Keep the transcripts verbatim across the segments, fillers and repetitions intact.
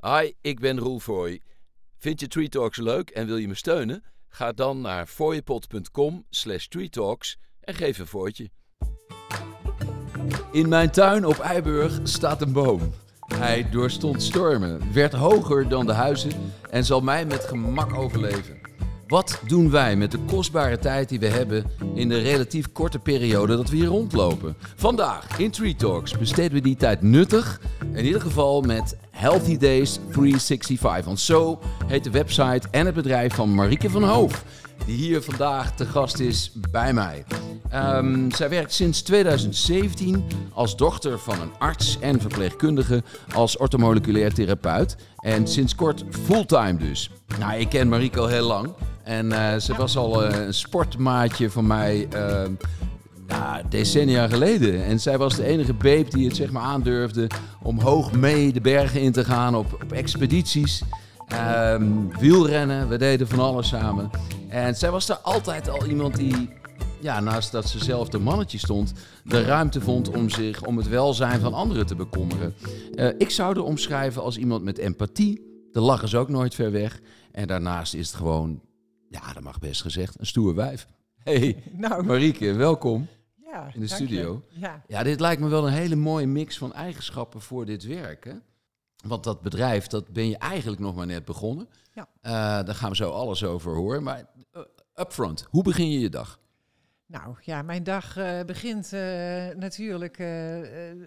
Hi, ik ben Roel Foy. Vind je Tree Talks leuk en wil je me steunen? Ga dan naar fooiepot.com slash treetalks en geef een fooitje. In mijn tuin op Eiburg staat een boom. Hij doorstond stormen, werd hoger dan de huizen en zal mij met gemak overleven. Wat doen wij met de kostbare tijd die we hebben in de relatief korte periode dat we hier rondlopen? Vandaag in Tree Talks besteden we die tijd nuttig, in ieder geval met Healthy Days driehonderdzesenzestig. Want zo heet de website en het bedrijf van Marieke van Hoof, die hier vandaag te gast is bij mij. Um, zij werkt sinds tweeduizend zeventien als dochter van een arts en verpleegkundige als orthomoleculair therapeut. En sinds kort fulltime dus. Nou, ik ken Marieke al heel lang. En uh, ze was al uh, een sportmaatje van mij uh, nou, decennia geleden. En zij was de enige babe die het zeg maar aandurfde om hoog mee de bergen in te gaan op, op expedities. Um, wielrennen, we deden van alles samen. En zij was daar altijd al iemand die, ja, naast dat ze zelf de mannetje stond, de ruimte vond om zich om het welzijn van anderen te bekommeren. Uh, ik zou haar omschrijven als iemand met empathie. De lach is ook nooit ver weg. En daarnaast is het gewoon, ja, dat mag best gezegd, een stoer wijf. Hey, nou, Marieke, welkom ja, in de dank studio. Ja. ja, dit lijkt me wel een hele mooie mix van eigenschappen voor dit werk, hè? Want dat bedrijf, dat ben je eigenlijk nog maar net begonnen. Ja. Uh, daar gaan we zo alles over horen. Maar uh, upfront, hoe begin je je dag? Nou ja, mijn dag uh, begint uh, natuurlijk uh, uh,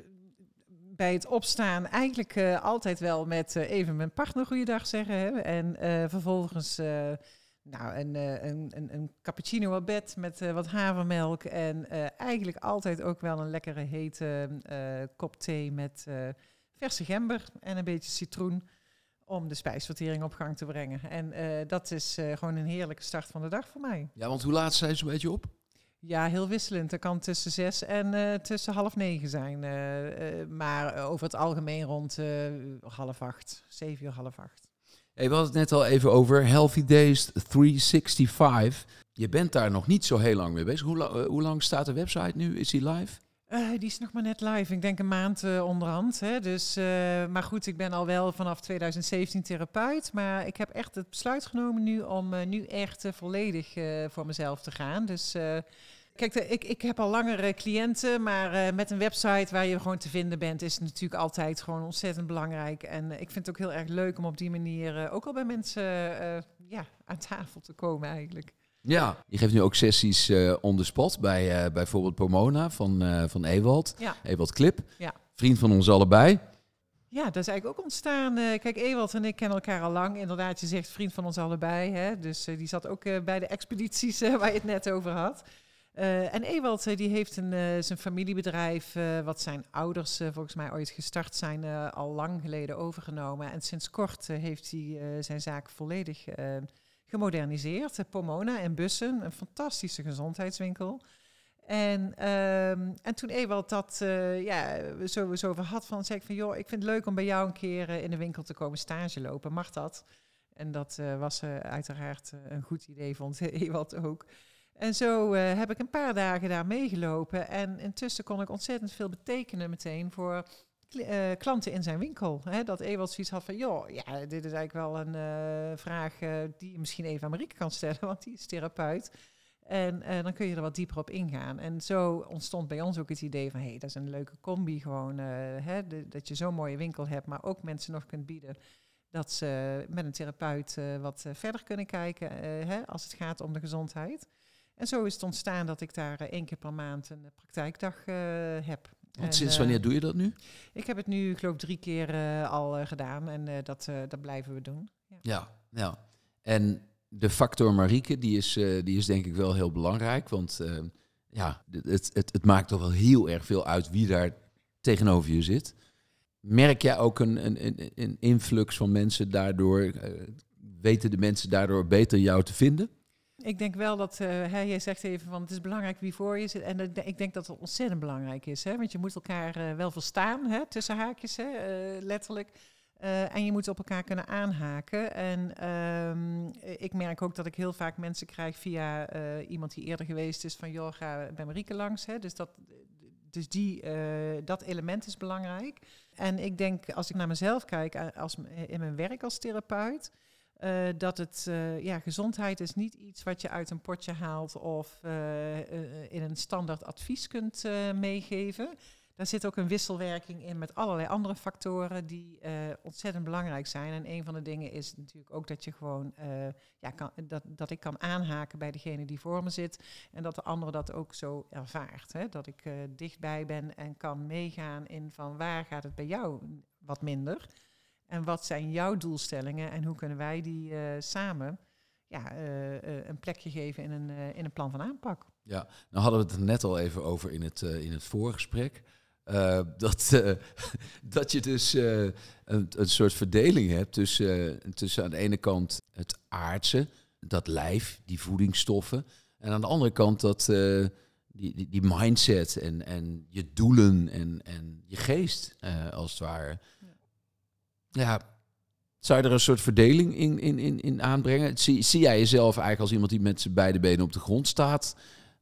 bij het opstaan eigenlijk uh, altijd wel met uh, even mijn partner goeiedag zeggen. Hè? En uh, vervolgens uh, nou, een, uh, een, een, een cappuccino op bed met uh, wat havermelk. En uh, eigenlijk altijd ook wel een lekkere hete uh, kop thee met uh, verse gember en een beetje citroen. Om de spijsvertering op gang te brengen. En uh, dat is uh, gewoon een heerlijke start van de dag voor mij. Ja, want hoe laat sta je zo'n beetje op? Ja, heel wisselend. Dat kan tussen zes en uh, tussen half negen zijn. Uh, uh, maar over het algemeen rond uh, half acht. Zeven uur, half acht. Hey, we hadden het net al even over Healthy Days driehonderdzesenzestig. Je bent daar nog niet zo heel lang mee bezig. Hoe, la- uh, hoe lang staat de website nu? Is die live? Uh, die is nog maar net live. Ik denk een maand uh, onderhand. Hè. Dus, uh, maar goed, ik ben al wel vanaf tweeduizend zeventien therapeut. Maar ik heb echt het besluit genomen nu om uh, nu echt uh, volledig uh, voor mezelf te gaan. Dus uh, kijk, de, ik, ik heb al langere cliënten. Maar uh, met een website waar je gewoon te vinden bent, is het natuurlijk altijd gewoon ontzettend belangrijk. En uh, ik vind het ook heel erg leuk om op die manier uh, ook al bij mensen uh, ja, aan tafel te komen eigenlijk. Ja, je geeft nu ook sessies uh, on the spot bij uh, bijvoorbeeld Pomona van, uh, van Ewald. Ja. Ewald Klip, Ja. Vriend van ons allebei. Ja, dat is eigenlijk ook ontstaan. Uh, kijk, Ewald en ik kennen elkaar al lang. Inderdaad, je zegt vriend van ons allebei. Hè? Dus uh, die zat ook uh, bij de expedities uh, waar je het net over had. Uh, en Ewald uh, die heeft een, uh, zijn familiebedrijf, uh, wat zijn ouders uh, volgens mij ooit gestart zijn, uh, al lang geleden overgenomen. En sinds kort uh, heeft hij uh, zijn zaak volledig Uh, gemoderniseerd. Pomona en Bussen, een fantastische gezondheidswinkel. En, um, en toen Ewald dat uh, ja, zo, zo over had, van, zei ik van, joh, ik vind het leuk om bij jou een keer uh, in de winkel te komen stage lopen. Mag dat? En dat uh, was uh, uiteraard uh, een goed idee, vond Ewald ook. En zo uh, heb ik een paar dagen daar meegelopen. En intussen kon ik ontzettend veel betekenen meteen voor Uh, klanten in zijn winkel. Hè, dat Ewald zoiets had van, joh, ja, dit is eigenlijk wel een uh, vraag uh, die je misschien even aan Marieke kan stellen, want die is therapeut. En uh, dan kun je er wat dieper op ingaan. En zo ontstond bij ons ook het idee van, hé, hey, dat is een leuke combi gewoon. Uh, hè, de, dat je zo'n mooie winkel hebt, maar ook mensen nog kunt bieden dat ze met een therapeut uh, wat uh, verder kunnen kijken uh, hè, als het gaat om de gezondheid. En zo is het ontstaan dat ik daar uh, één keer per maand een uh, praktijkdag uh, heb. Want en, sinds wanneer uh, doe je dat nu? Ik heb het nu, ik geloof, drie keer uh, al uh, gedaan en uh, dat, uh, dat blijven we doen. Ja. Ja, ja. En de factor Marieke, die is, uh, die is denk ik wel heel belangrijk. Want uh, ja, het, het, het maakt toch wel heel erg veel uit wie daar tegenover je zit. Merk jij ook een, een, een influx van mensen daardoor? Uh, weten de mensen daardoor beter jou te vinden? Ik denk wel dat, uh, hè, jij zegt even van het is belangrijk wie voor je zit. En uh, ik denk dat het ontzettend belangrijk is. Hè? Want je moet elkaar uh, wel verstaan, hè? Tussen haakjes, hè? Uh, letterlijk. Uh, en je moet op elkaar kunnen aanhaken. En um, ik merk ook dat ik heel vaak mensen krijg via uh, iemand die eerder geweest is van, joh, ga bij Marieke langs. Hè? Dus dat dus die, uh, dat element is belangrijk. En ik denk, als ik naar mezelf kijk, als, in mijn werk als therapeut, uh, dat het, uh, ja, gezondheid is niet iets wat je uit een potje haalt of uh, uh, in een standaard advies kunt uh, meegeven. Daar zit ook een wisselwerking in met allerlei andere factoren die uh, ontzettend belangrijk zijn. En een van de dingen is natuurlijk ook dat je gewoon uh, ja, kan, dat, dat ik kan aanhaken bij degene die voor me zit. En dat de andere dat ook zo ervaart. Hè? Dat ik uh, dichtbij ben en kan meegaan in van waar gaat het bij jou wat minder. En wat zijn jouw doelstellingen en hoe kunnen wij die uh, samen ja, uh, uh, een plekje geven in een, uh, in een plan van aanpak. Ja, nou hadden we het er net al even over in het, uh, in het voorgesprek. Uh, dat, uh, dat je dus uh, een, een soort verdeling hebt tussen, uh, tussen aan de ene kant het aardse, dat lijf, die voedingsstoffen. En aan de andere kant dat, uh, die, die, die mindset en, en je doelen en, en je geest, uh, als het ware. Ja. ja, zou je er een soort verdeling in, in, in, in aanbrengen? Zie, zie jij jezelf eigenlijk als iemand die met zijn beide benen op de grond staat?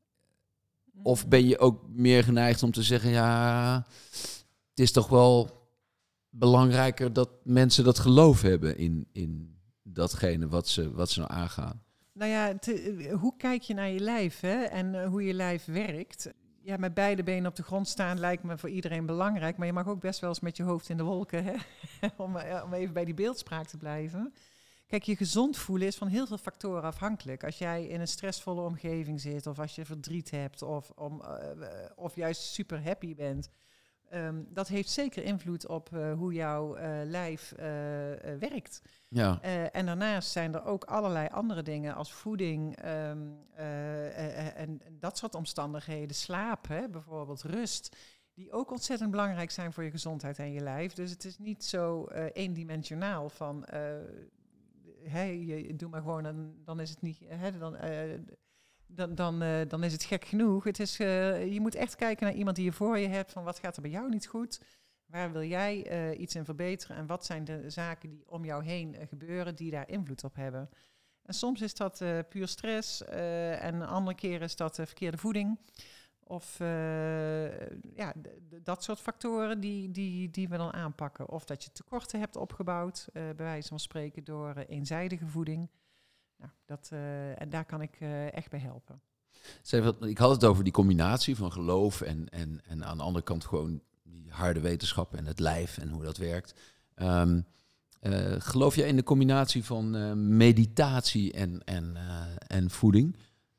Of ben je ook meer geneigd om te zeggen, ja, het is toch wel belangrijker dat mensen dat geloof hebben in, in datgene wat ze, wat ze nou aangaan? Nou ja, te, hoe kijk je naar je lijf, hè? En uh, hoe je lijf werkt? Ja, met beide benen op de grond staan lijkt me voor iedereen belangrijk. Maar je mag ook best wel eens met je hoofd in de wolken, hè? om, uh, om even bij die beeldspraak te blijven. Kijk, je gezond voelen is van heel veel factoren afhankelijk. Als jij in een stressvolle omgeving zit, of als je verdriet hebt, of, om, uh, of juist super happy bent. Um, dat heeft zeker invloed op uh, hoe jouw uh, lijf uh, uh, werkt. Ja. Uh, en daarnaast zijn er ook allerlei andere dingen als voeding um, uh, uh, en, en dat soort omstandigheden. Slaap, hè, bijvoorbeeld rust, die ook ontzettend belangrijk zijn voor je gezondheid en je lijf. Dus het is niet zo uh, eendimensionaal van... Uh, Hey, je, doe maar gewoon, en dan is het niet, hè, dan, uh, dan, dan, uh, dan is het gek genoeg. Het is, uh, je moet echt kijken naar iemand die je voor je hebt, van wat gaat er bij jou niet goed? Waar wil jij uh, iets in verbeteren? En wat zijn de zaken die om jou heen uh, gebeuren, die daar invloed op hebben? En soms is dat uh, puur stress uh, en een andere keer is dat uh, verkeerde voeding. Of uh, ja, d- d- dat soort factoren die, die, die we dan aanpakken. Of dat je tekorten hebt opgebouwd, uh, bij wijze van spreken, door uh, eenzijdige voeding. Nou, dat, uh, en daar kan ik uh, echt bij helpen. Ik had het over die combinatie van geloof en, en, en aan de andere kant gewoon die harde wetenschap en het lijf en hoe dat werkt. Um, uh, geloof jij in de combinatie van uh, meditatie en, en, uh, en voeding?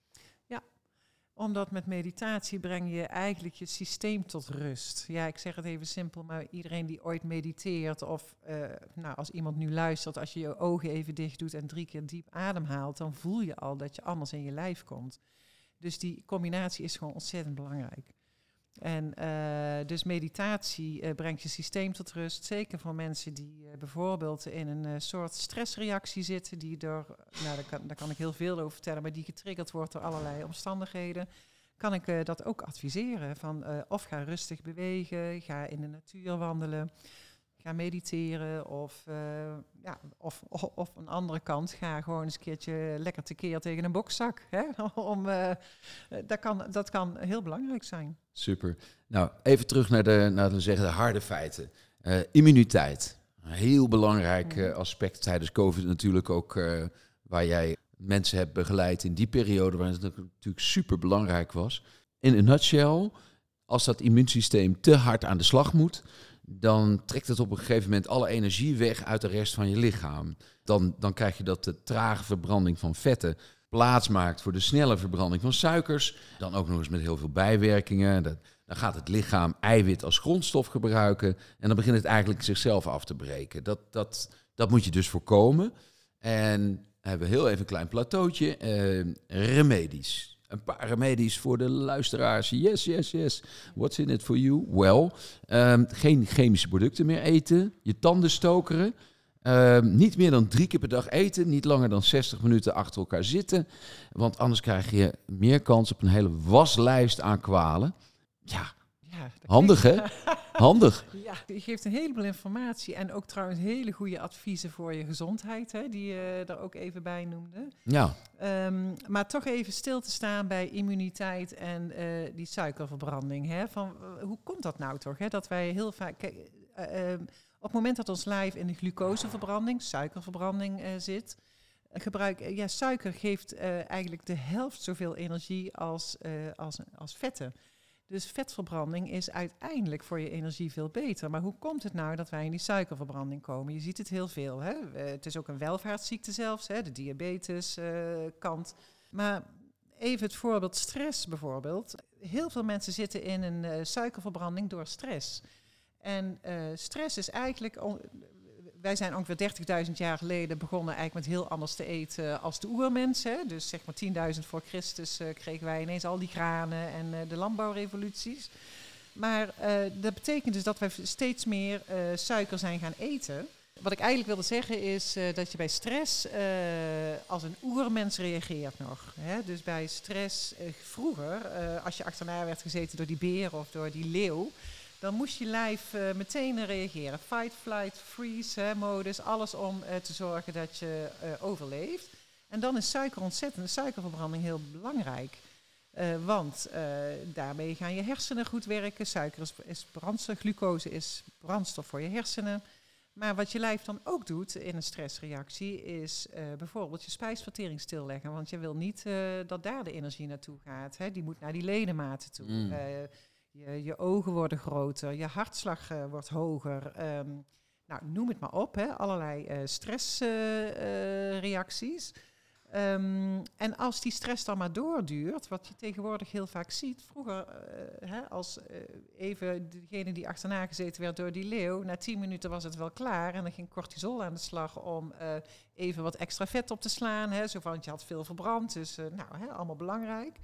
Omdat met meditatie breng je eigenlijk je systeem tot rust. Ja, ik zeg het even simpel, maar iedereen die ooit mediteert of uh, nou, als iemand nu luistert, als je je ogen even dicht doet en drie keer diep ademhaalt, dan voel je al dat je anders in je lijf komt. Dus die combinatie is gewoon ontzettend belangrijk. En uh, dus meditatie uh, brengt je systeem tot rust. Zeker voor mensen die uh, bijvoorbeeld in een uh, soort stressreactie zitten. Die door, nou daar kan, daar kan ik heel veel over vertellen, maar die getriggerd wordt door allerlei omstandigheden. Kan ik uh, dat ook adviseren. Van, uh, of ga rustig bewegen, ga in de natuur wandelen, ga mediteren. Of, uh, ja, of, of, of een andere kant, ga gewoon eens een keertje lekker tekeer tegen een bokzak. Hè? Om, uh, dat, kan, dat kan heel belangrijk zijn. Super. Nou, even terug naar de, naar de, zeggen, de harde feiten. Uh, immuniteit. Een heel belangrijk uh, aspect tijdens COVID natuurlijk ook, uh, waar jij mensen hebt begeleid in die periode, waar het natuurlijk super belangrijk was. In een nutshell, als dat immuunsysteem te hard aan de slag moet, dan trekt het op een gegeven moment alle energie weg uit de rest van je lichaam. Dan, dan krijg je dat de trage verbranding van vetten plaats maakt voor de snelle verbranding van suikers. Dan ook nog eens met heel veel bijwerkingen. Dat, dan gaat het lichaam eiwit als grondstof gebruiken. En dan begint het eigenlijk zichzelf af te breken. Dat, dat, dat moet je dus voorkomen. En dan hebben we heel even een klein plateautje. Uh, remedies. Een paar remedies voor de luisteraars. Yes, yes, yes. What's in it for you? Well, um, geen chemische producten meer eten. Je tanden stokeren. Uh, niet meer dan drie keer per dag eten. Niet langer dan zestig minuten achter elkaar zitten. Want anders krijg je meer kans op een hele waslijst aan kwalen. Ja, Ja, dat Handig, hè? Handig. Ja, je geeft een heleboel informatie en ook trouwens hele goede adviezen voor je gezondheid, hè, die je er ook even bij noemde. Ja. Um, maar toch even stil te staan bij immuniteit en uh, die suikerverbranding. Hè, van, uh, hoe komt dat nou toch? Hè, dat wij heel vaak... Kijk, uh, uh, op het moment dat ons lijf in de glucoseverbranding, suikerverbranding uh, zit... Gebruik, uh, ja, suiker geeft uh, eigenlijk de helft zoveel energie als, uh, als, als vetten. Dus vetverbranding is uiteindelijk voor je energie veel beter. Maar hoe komt het nou dat wij in die suikerverbranding komen? Je ziet het heel veel. Hè? Uh, het is ook een welvaartsziekte zelfs, hè? De diabetes uh, kant. Maar even het voorbeeld stress bijvoorbeeld. Heel veel mensen zitten in een uh, suikerverbranding door stress. En uh, stress is eigenlijk... On- Wij zijn ongeveer dertigduizend jaar geleden begonnen eigenlijk met heel anders te eten als de oermens. Hè? Dus zeg maar tienduizend voor Christus uh, kregen wij ineens al die granen en uh, de landbouwrevoluties. Maar uh, dat betekent dus dat wij steeds meer uh, suiker zijn gaan eten. Wat ik eigenlijk wilde zeggen is uh, dat je bij stress uh, als een oermens reageert nog. Hè? Dus bij stress uh, vroeger, uh, als je achterna werd gezeten door die beer of door die leeuw... dan moest je lijf uh, meteen reageren. Fight, flight, freeze, hè, modus. Alles om uh, te zorgen dat je uh, overleeft. En dan is suiker ontzettend, suikerverbranding heel belangrijk. Uh, want uh, daarmee gaan je hersenen goed werken. Suiker is, is brandstof, glucose is brandstof voor je hersenen. Maar wat je lijf dan ook doet in een stressreactie... is uh, bijvoorbeeld je spijsvertering stilleggen. Want je wil niet uh, dat daar de energie naartoe gaat. Hè. Die moet naar die ledematen toe. Mm. Uh, Je, je ogen worden groter, je hartslag uh, wordt hoger. Um, nou, noem het maar op, hè. Allerlei uh, stressreacties. Uh, uh, um, en als die stress dan maar doorduurt, wat je tegenwoordig heel vaak ziet... Vroeger, uh, hè, als uh, even degene die achterna gezeten werd door die leeuw... na tien minuten was het wel klaar en dan ging cortisol aan de slag... om uh, even wat extra vet op te slaan. Hè, zo van, je had veel verbrand, dus uh, nou, hè, allemaal belangrijk...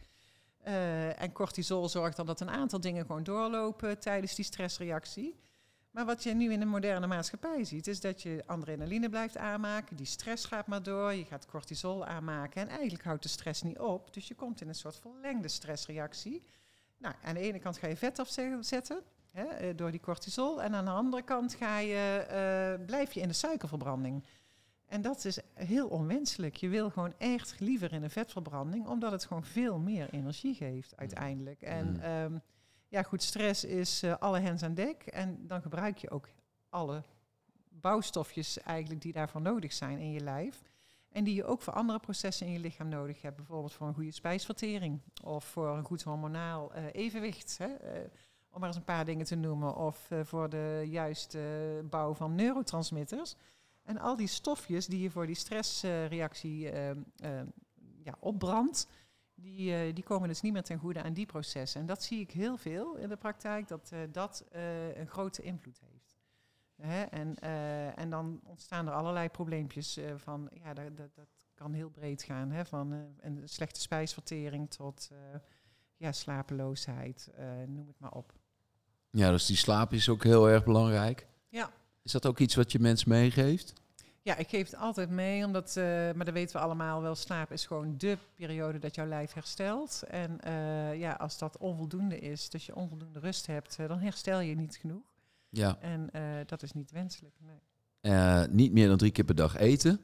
Uh, en cortisol zorgt dan dat een aantal dingen gewoon doorlopen tijdens die stressreactie. Maar wat je nu in de moderne maatschappij ziet, is dat je adrenaline blijft aanmaken. Die stress gaat maar door, je gaat cortisol aanmaken en eigenlijk houdt de stress niet op. Dus je komt in een soort verlengde stressreactie. Nou, aan de ene kant ga je vet afzetten hè, uh, door die cortisol. En aan de andere kant ga je, uh, blijf je in de suikerverbranding. En dat is heel onwenselijk. Je wil gewoon echt liever in een vetverbranding, omdat het gewoon veel meer energie geeft uiteindelijk. En um, ja, goed, stress is uh, alle hens aan dek. En dan gebruik je ook alle bouwstofjes eigenlijk die daarvoor nodig zijn in je lijf. En die je ook voor andere processen in je lichaam nodig hebt. Bijvoorbeeld voor een goede spijsvertering of voor een goed hormonaal uh, evenwicht. Hè? Uh, om maar eens een paar dingen te noemen. Of uh, voor de juiste uh, bouw van neurotransmitters. En al die stofjes die je voor die stressreactie uh, uh, ja, opbrandt, die, uh, die komen dus niet meer ten goede aan die processen. En dat zie ik heel veel in de praktijk, dat uh, dat uh, een grote invloed heeft. Hè? En, uh, en dan ontstaan er allerlei probleempjes uh, van, ja, dat, dat, dat kan heel breed gaan. Hè? Van uh, een slechte spijsvertering tot uh, ja, slapeloosheid, uh, noem het maar op. Ja, dus die slaap is ook heel erg belangrijk. Ja. Is dat ook iets wat je mensen meegeeft? Ja, ik geef het altijd mee, omdat, uh, maar dat weten we allemaal wel, slaap is gewoon dé periode dat jouw lijf herstelt. En uh, ja, als dat onvoldoende is, dus je onvoldoende rust hebt, uh, dan herstel je niet genoeg. Ja. En uh, dat is niet wenselijk, nee. Uh, niet meer dan drie keer per dag eten.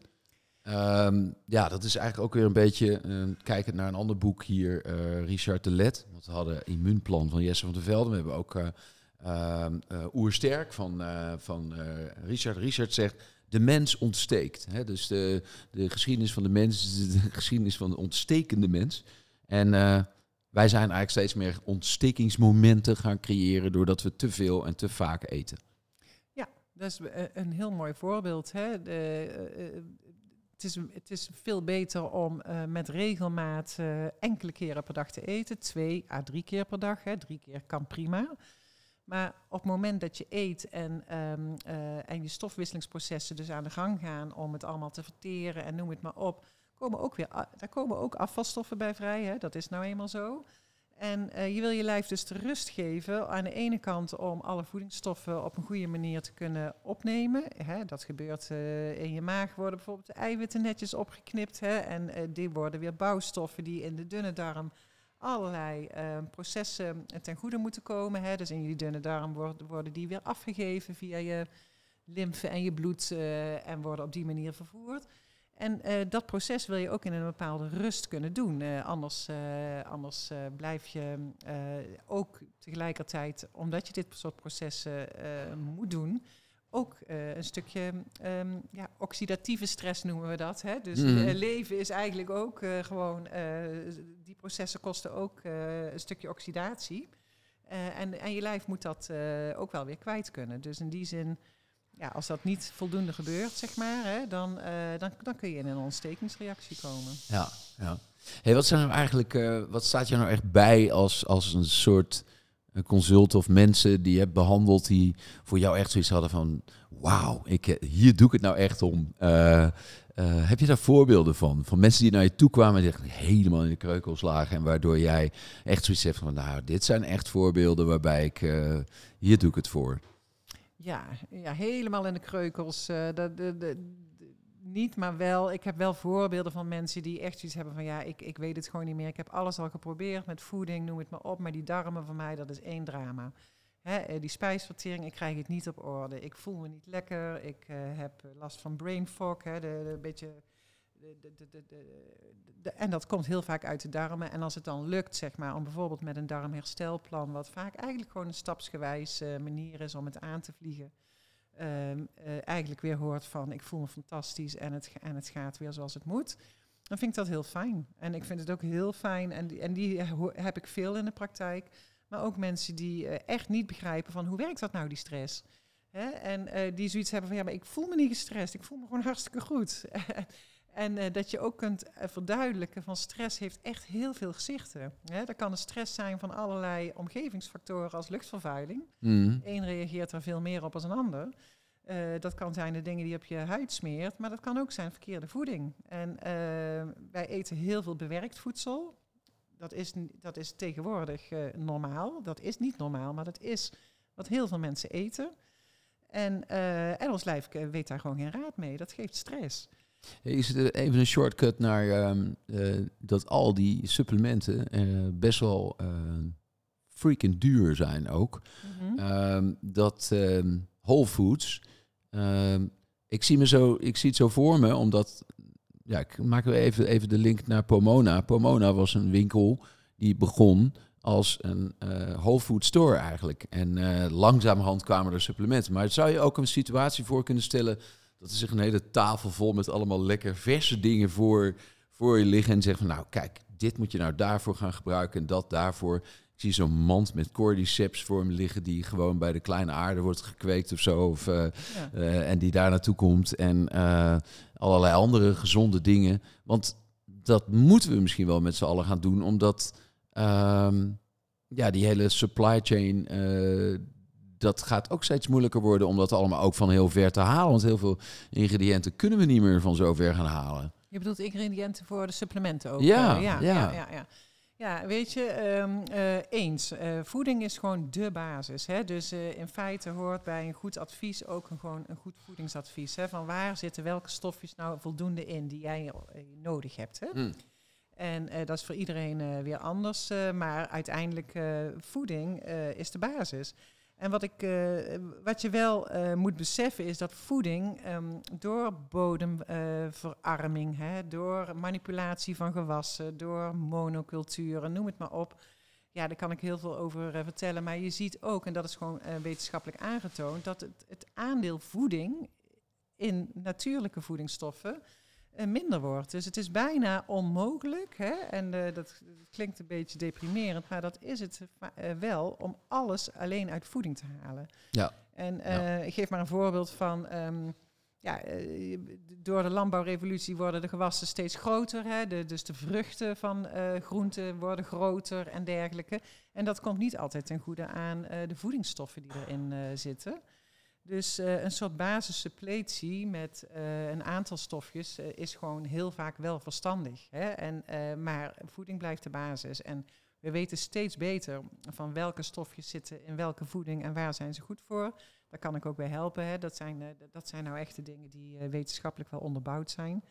Um, ja, dat is eigenlijk ook weer een beetje, uh, kijkend naar een ander boek hier, uh, Richard de Let. Want we hadden Immuunplan van Jesse van der Velde. We hebben ook uh, uh, uh, Oersterk van, uh, van uh, Richard. Richard zegt, de mens ontsteekt. Hè? Dus de, de geschiedenis van de mens is de geschiedenis van de ontstekende mens. En uh, wij zijn eigenlijk steeds meer ontstekingsmomenten gaan creëren doordat we te veel en te vaak eten. Ja, dat is een heel mooi voorbeeld. Hè? De, uh, het, is, het is veel beter om uh, met regelmaat uh, enkele keren per dag te eten. Twee à drie keer per dag. Hè? Drie keer kan prima. Maar op het moment dat je eet en, um, uh, en je stofwisselingsprocessen dus aan de gang gaan om het allemaal te verteren en noem het maar op, komen ook weer, daar komen ook afvalstoffen bij vrij. Hè? Dat is nou eenmaal zo. En uh, je wil je lijf dus de rust geven aan de ene kant om alle voedingsstoffen op een goede manier te kunnen opnemen. Hè? Dat gebeurt uh, in je maag, worden bijvoorbeeld de eiwitten netjes opgeknipt. Hè? En uh, die worden weer bouwstoffen die in de dunne darm allerlei uh, processen ten goede moeten komen. Hè. Dus in je dunne darm worden, worden die weer afgegeven via je lymfe en je bloed uh, en worden op die manier vervoerd. En uh, dat proces wil je ook in een bepaalde rust kunnen doen. Uh, anders uh, anders uh, blijf je uh, ook tegelijkertijd, omdat je dit soort processen uh, moet doen, ook uh, een stukje um, ja, oxidatieve stress noemen we dat. Hè? Dus mm. uh, leven is eigenlijk ook uh, gewoon, uh, die processen kosten ook uh, een stukje oxidatie. Uh, en, en je lijf moet dat uh, ook wel weer kwijt kunnen. Dus in die zin, ja, als dat niet voldoende gebeurt, zeg maar, hè, dan, uh, dan, dan kun je in een ontstekingsreactie komen. Ja, ja. Hey, wat zijn nou eigenlijk, uh, wat staat je nou echt bij als, als een soort een consult of mensen die je hebt behandeld die voor jou echt zoiets hadden van, wauw, ik, hier doe ik het nou echt om. Uh, uh, heb je daar voorbeelden van? Van mensen die naar je toe kwamen en die helemaal in de kreukels lagen en waardoor jij echt zoiets hebt van, nou, dit zijn echt voorbeelden waarbij ik, uh, hier doe ik het voor. Ja, ja, helemaal in de kreukels. Uh, de, de, de, de, niet, maar wel. Ik heb wel voorbeelden van mensen die echt zoiets hebben van, ja, ik, ik weet het gewoon niet meer. Ik heb alles al geprobeerd met voeding, noem het maar op. Maar die darmen van mij, dat is één drama. Hè, die spijsvertering, ik krijg het niet op orde. Ik voel me niet lekker. Ik uh, heb last van brain fog, hè, de, de beetje... De, de, de, de, de, de, en dat komt heel vaak uit de darmen. En als het dan lukt, zeg maar, om bijvoorbeeld met een darmherstelplan, wat vaak eigenlijk gewoon een stapsgewijs uh, manier is om het aan te vliegen, uh, uh, eigenlijk weer hoort van, ik voel me fantastisch en het, en het gaat weer zoals het moet, dan vind ik dat heel fijn. En ik vind het ook heel fijn, en die, en die ho- heb ik veel in de praktijk, maar ook mensen die uh, echt niet begrijpen van, hoe werkt dat nou, die stress? Hè? En uh, die zoiets hebben van, ja, maar ik voel me niet gestrest, ik voel me gewoon hartstikke goed. En uh, dat je ook kunt uh, verduidelijken van stress heeft echt heel veel gezichten. Hè? Dat kan een stress zijn van allerlei omgevingsfactoren als luchtvervuiling. Mm. Eén reageert er veel meer op als een ander. Uh, dat kan zijn de dingen die je op je huid smeert, maar dat kan ook zijn verkeerde voeding. En uh, wij eten heel veel bewerkt voedsel. Dat is, dat is tegenwoordig uh, normaal. Dat is niet normaal, maar dat is wat heel veel mensen eten. En, uh, en ons lijf weet daar gewoon geen raad mee. Dat geeft stress. Is het even een shortcut naar um, uh, dat al die supplementen uh, best wel uh, freaking duur zijn ook. Mm-hmm. Um, dat um, Whole Foods, um, ik, zie me zo, ik zie het zo voor me, omdat, ja, ik maak weer even, even de link naar Pomona. Pomona was een winkel die begon als een uh, Whole Food store eigenlijk. En uh, langzamerhand kwamen er supplementen. Maar zou je ook een situatie voor kunnen stellen dat er zich een hele tafel vol met allemaal lekker verse dingen voor, voor je liggen en zeggen van, nou kijk, dit moet je nou daarvoor gaan gebruiken en dat daarvoor. Ik zie zo'n mand met cordyceps voor me liggen die gewoon bij de kleine aarde wordt gekweekt of zo. Of, uh, ja. uh, en die daar naartoe komt. En uh, allerlei andere gezonde dingen. Want dat moeten we misschien wel met z'n allen gaan doen, omdat um, ja, die hele supply chain, Uh, dat gaat ook steeds moeilijker worden om dat allemaal ook van heel ver te halen. Want heel veel ingrediënten kunnen we niet meer van zo ver gaan halen. Je bedoelt ingrediënten voor de supplementen ook? Ja, uh, ja, ja. ja, ja, ja. Ja, weet je, um, uh, eens. Uh, voeding is gewoon de basis. Hè? Dus uh, in feite hoort bij een goed advies ook een, gewoon een goed voedingsadvies. Hè? Van waar zitten welke stofjes nou voldoende in die jij uh, nodig hebt. Hè? Mm. En uh, dat is voor iedereen uh, weer anders. Uh, maar uiteindelijk uh, voeding uh, is de basis. En wat, ik, uh, wat je wel uh, moet beseffen is dat voeding um, door bodemverarming, uh, hè, door manipulatie van gewassen, door monoculturen, noem het maar op. Ja, daar kan ik heel veel over uh, vertellen. Maar je ziet ook, en dat is gewoon uh, wetenschappelijk aangetoond, dat het, het aandeel voeding in natuurlijke voedingsstoffen uh, minder wordt. Dus het is bijna onmogelijk, hè? En uh, dat, dat klinkt een beetje deprimerend, maar dat is het uh, wel, om alles alleen uit voeding te halen. Ja. En uh, ja. ik geef maar een voorbeeld van, um, ja, uh, door de landbouwrevolutie worden de gewassen steeds groter, hè? De, dus de vruchten van uh, groenten worden groter en dergelijke. En dat komt niet altijd ten goede aan uh, de voedingsstoffen die erin uh, zitten. Dus uh, een soort basissuppletie met uh, een aantal stofjes uh, is gewoon heel vaak wel verstandig. Hè? En, uh, maar voeding blijft de basis. En we weten steeds beter van welke stofjes zitten in welke voeding en waar zijn ze goed voor. Daar kan ik ook bij helpen. Hè? Dat zijn, uh, dat zijn nou echte dingen die uh, wetenschappelijk wel onderbouwd zijn.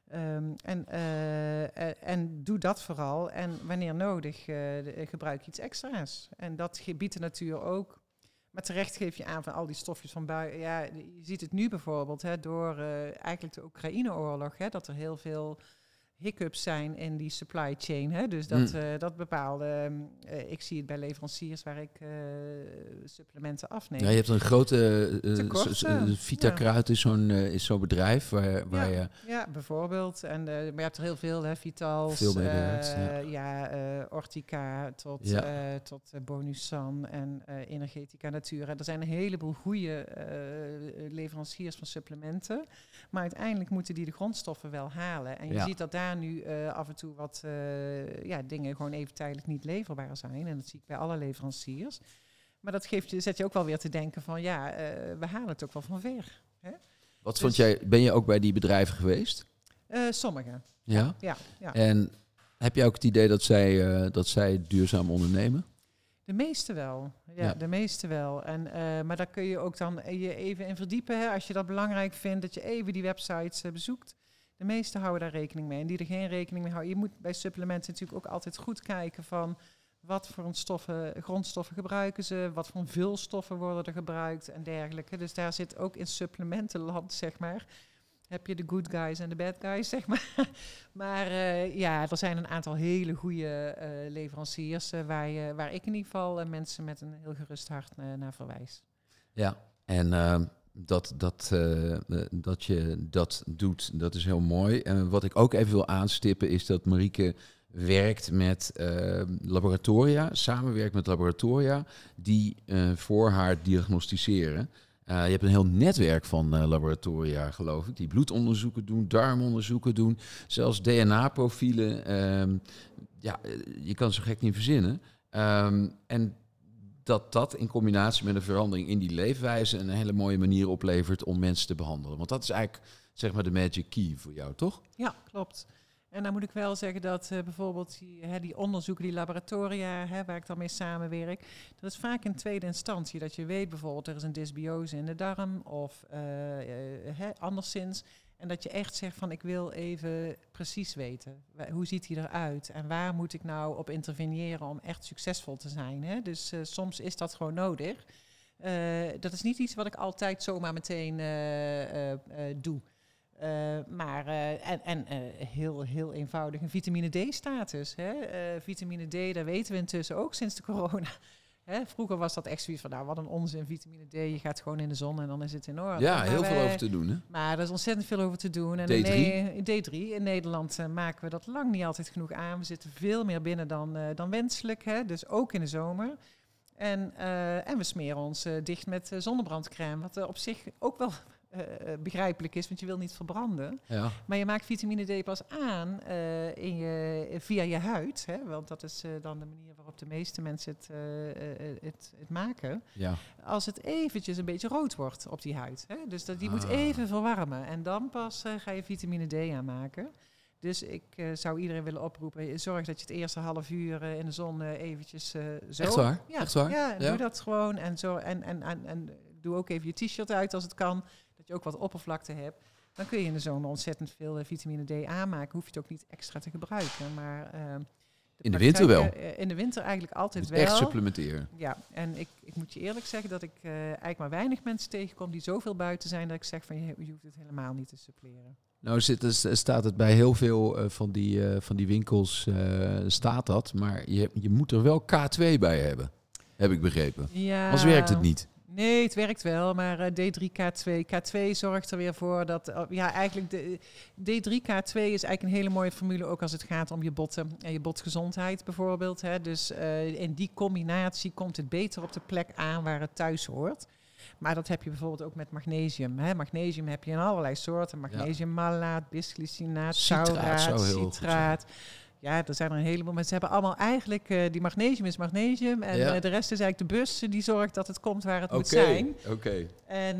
Um, en, uh, uh, en doe dat vooral. En wanneer nodig, uh, de, gebruik je iets extra's. En dat biedt de natuur ook. Maar terecht geef je aan van al die stofjes van buiten. Ja, je ziet het nu bijvoorbeeld hè, door uh, eigenlijk de Oekraïne-oorlog. Hè, dat er heel veel hiccups zijn in die supply chain. Hè? Dus dat, mm. uh, dat bepaalde... Uh, ik zie het bij leveranciers waar ik uh, supplementen afneem. Ja, je hebt een grote... Uh, Vita Kruid ja. is zo'n uh, is zo'n bedrijf waar, waar ja, je... Ja, bijvoorbeeld. En, uh, maar je hebt er heel veel, hè? Vitals, veel mee werkt, uh, ja. ja uh, Ortica tot, ja. uh, tot uh, Bonusan en uh, Energetica Natura. Er zijn een heleboel goede uh, leveranciers van supplementen. Maar uiteindelijk moeten die de grondstoffen wel halen. En je ja. ziet dat daar nu uh, af en toe wat uh, ja, dingen gewoon even tijdelijk niet leverbaar zijn. En dat zie ik bij alle leveranciers. Maar dat geeft je, zet je ook wel weer te denken van ja, uh, we halen het ook wel van ver. Hè? Wat dus, vond jij, ben je ook bij die bedrijven geweest? Uh, sommige. Ja? Ja, ja? En heb je ook het idee dat zij, uh, dat zij duurzaam ondernemen? De meeste wel, ja, ja. de meeste wel. En, uh, maar daar kun je ook dan je even in verdiepen. Hè, als je dat belangrijk vindt, dat je even die websites uh, bezoekt. De meesten houden daar rekening mee. En die er geen rekening mee houden. Je moet bij supplementen natuurlijk ook altijd goed kijken van wat voor stoffen, grondstoffen gebruiken ze, wat voor vulstoffen worden er gebruikt en dergelijke. Dus daar zit ook in supplementenland, zeg maar, heb je de good guys en de bad guys, zeg maar. Maar uh, ja, er zijn een aantal hele goede uh, leveranciers uh, waar, je, waar ik in ieder geval uh, mensen met een heel gerust hart uh, naar verwijs. Ja, en uh, dat, dat, uh, dat je dat doet, dat is heel mooi. En wat ik ook even wil aanstippen is dat Marieke werkt met uh, laboratoria, samenwerkt met laboratoria die uh, voor haar diagnosticeren. Uh, je hebt een heel netwerk van uh, laboratoria, geloof ik, die bloedonderzoeken doen, darmonderzoeken doen, zelfs D N A-profielen. Um, ja, je kan zo gek niet verzinnen. Um, en dat dat in combinatie met een verandering in die leefwijze een hele mooie manier oplevert om mensen te behandelen. Want dat is eigenlijk, zeg maar, de magic key voor jou, toch? Ja, klopt. En dan moet ik wel zeggen dat uh, bijvoorbeeld die, hè, die onderzoeken, die laboratoria, hè, waar ik dan mee samenwerk, dat is vaak in tweede instantie. Dat je weet bijvoorbeeld, er is een dysbiose in de darm of uh, uh, hè, anderszins. En dat je echt zegt van, ik wil even precies weten, hoe ziet hij eruit? En waar moet ik nou op interveneren om echt succesvol te zijn? Hè? Dus uh, soms is dat gewoon nodig. Uh, dat is niet iets wat ik altijd zomaar meteen uh, uh, uh, doe. Uh, maar uh, en, en uh, heel, heel eenvoudig een vitamine D-status. Hè? Uh, vitamine D, daar weten we intussen ook sinds de corona. Hè? Vroeger was dat echt zoiets van, nou wat een onzin, vitamine D. Je gaat gewoon in de zon en dan is het in orde. Ja, maar heel wij, veel over te doen, hè? Maar er is ontzettend veel over te doen. En D drie? In, D drie, in Nederland uh, maken we dat lang niet altijd genoeg aan. We zitten veel meer binnen dan, uh, dan wenselijk, hè? Dus ook in de zomer. En, uh, en we smeren ons uh, dicht met uh, zonnebrandcrème, wat uh, op zich ook wel uh, begrijpelijk is, want je wil niet verbranden. Ja. Maar je maakt vitamine D pas aan uh, in je, via je huid, hè, want dat is uh, dan de manier waarop de meeste mensen het, uh, uh, het, het maken. Ja. Als het eventjes een beetje rood wordt op die huid. Hè, dus dat, die ah. moet even verwarmen en dan pas uh, ga je vitamine D aanmaken. Dus ik uh, zou iedereen willen oproepen, zorg dat je het eerste half uur uh, in de zon uh, eventjes uh, zo... Echt waar? Ja, Echt waar? Ja, ja, doe dat gewoon en, zo, en, en, en, en doe ook even je t-shirt uit als het kan, dat je ook wat oppervlakte hebt. Dan kun je in de zomer ontzettend veel uh, vitamine D aanmaken, hoef je het ook niet extra te gebruiken. Maar uh, de in de winter wel? Uh, in de winter eigenlijk altijd wel. Echt supplementeren? Ja, en ik, ik moet je eerlijk zeggen dat ik uh, eigenlijk maar weinig mensen tegenkom die zoveel buiten zijn dat ik zeg van je, je hoeft het helemaal niet te suppleren. Nou zit, staat het bij heel veel uh, van, die, uh, van die winkels, uh, staat dat. Maar je, je moet er wel K twee bij hebben, heb ik begrepen. Ja, anders werkt het niet. Nee, het werkt wel, maar uh, D drie K twee. K twee zorgt er weer voor dat... Uh, ja, eigenlijk de D drie K twee is eigenlijk een hele mooie formule, ook als het gaat om je botten en je botgezondheid bijvoorbeeld. Hè. Dus uh, in die combinatie komt het beter op de plek aan waar het thuis hoort. Maar dat heb je bijvoorbeeld ook met magnesium. Hè. Magnesium heb je in allerlei soorten. Magnesiummalaat, bisglycinaat, citraat, tauraat, citraat. Goed, ja, er zijn er een heleboel. Maar ze hebben allemaal eigenlijk... Uh, die magnesium is magnesium. En ja. uh, de rest is eigenlijk de bus die zorgt dat het komt waar het okay, moet zijn. Oké, okay. En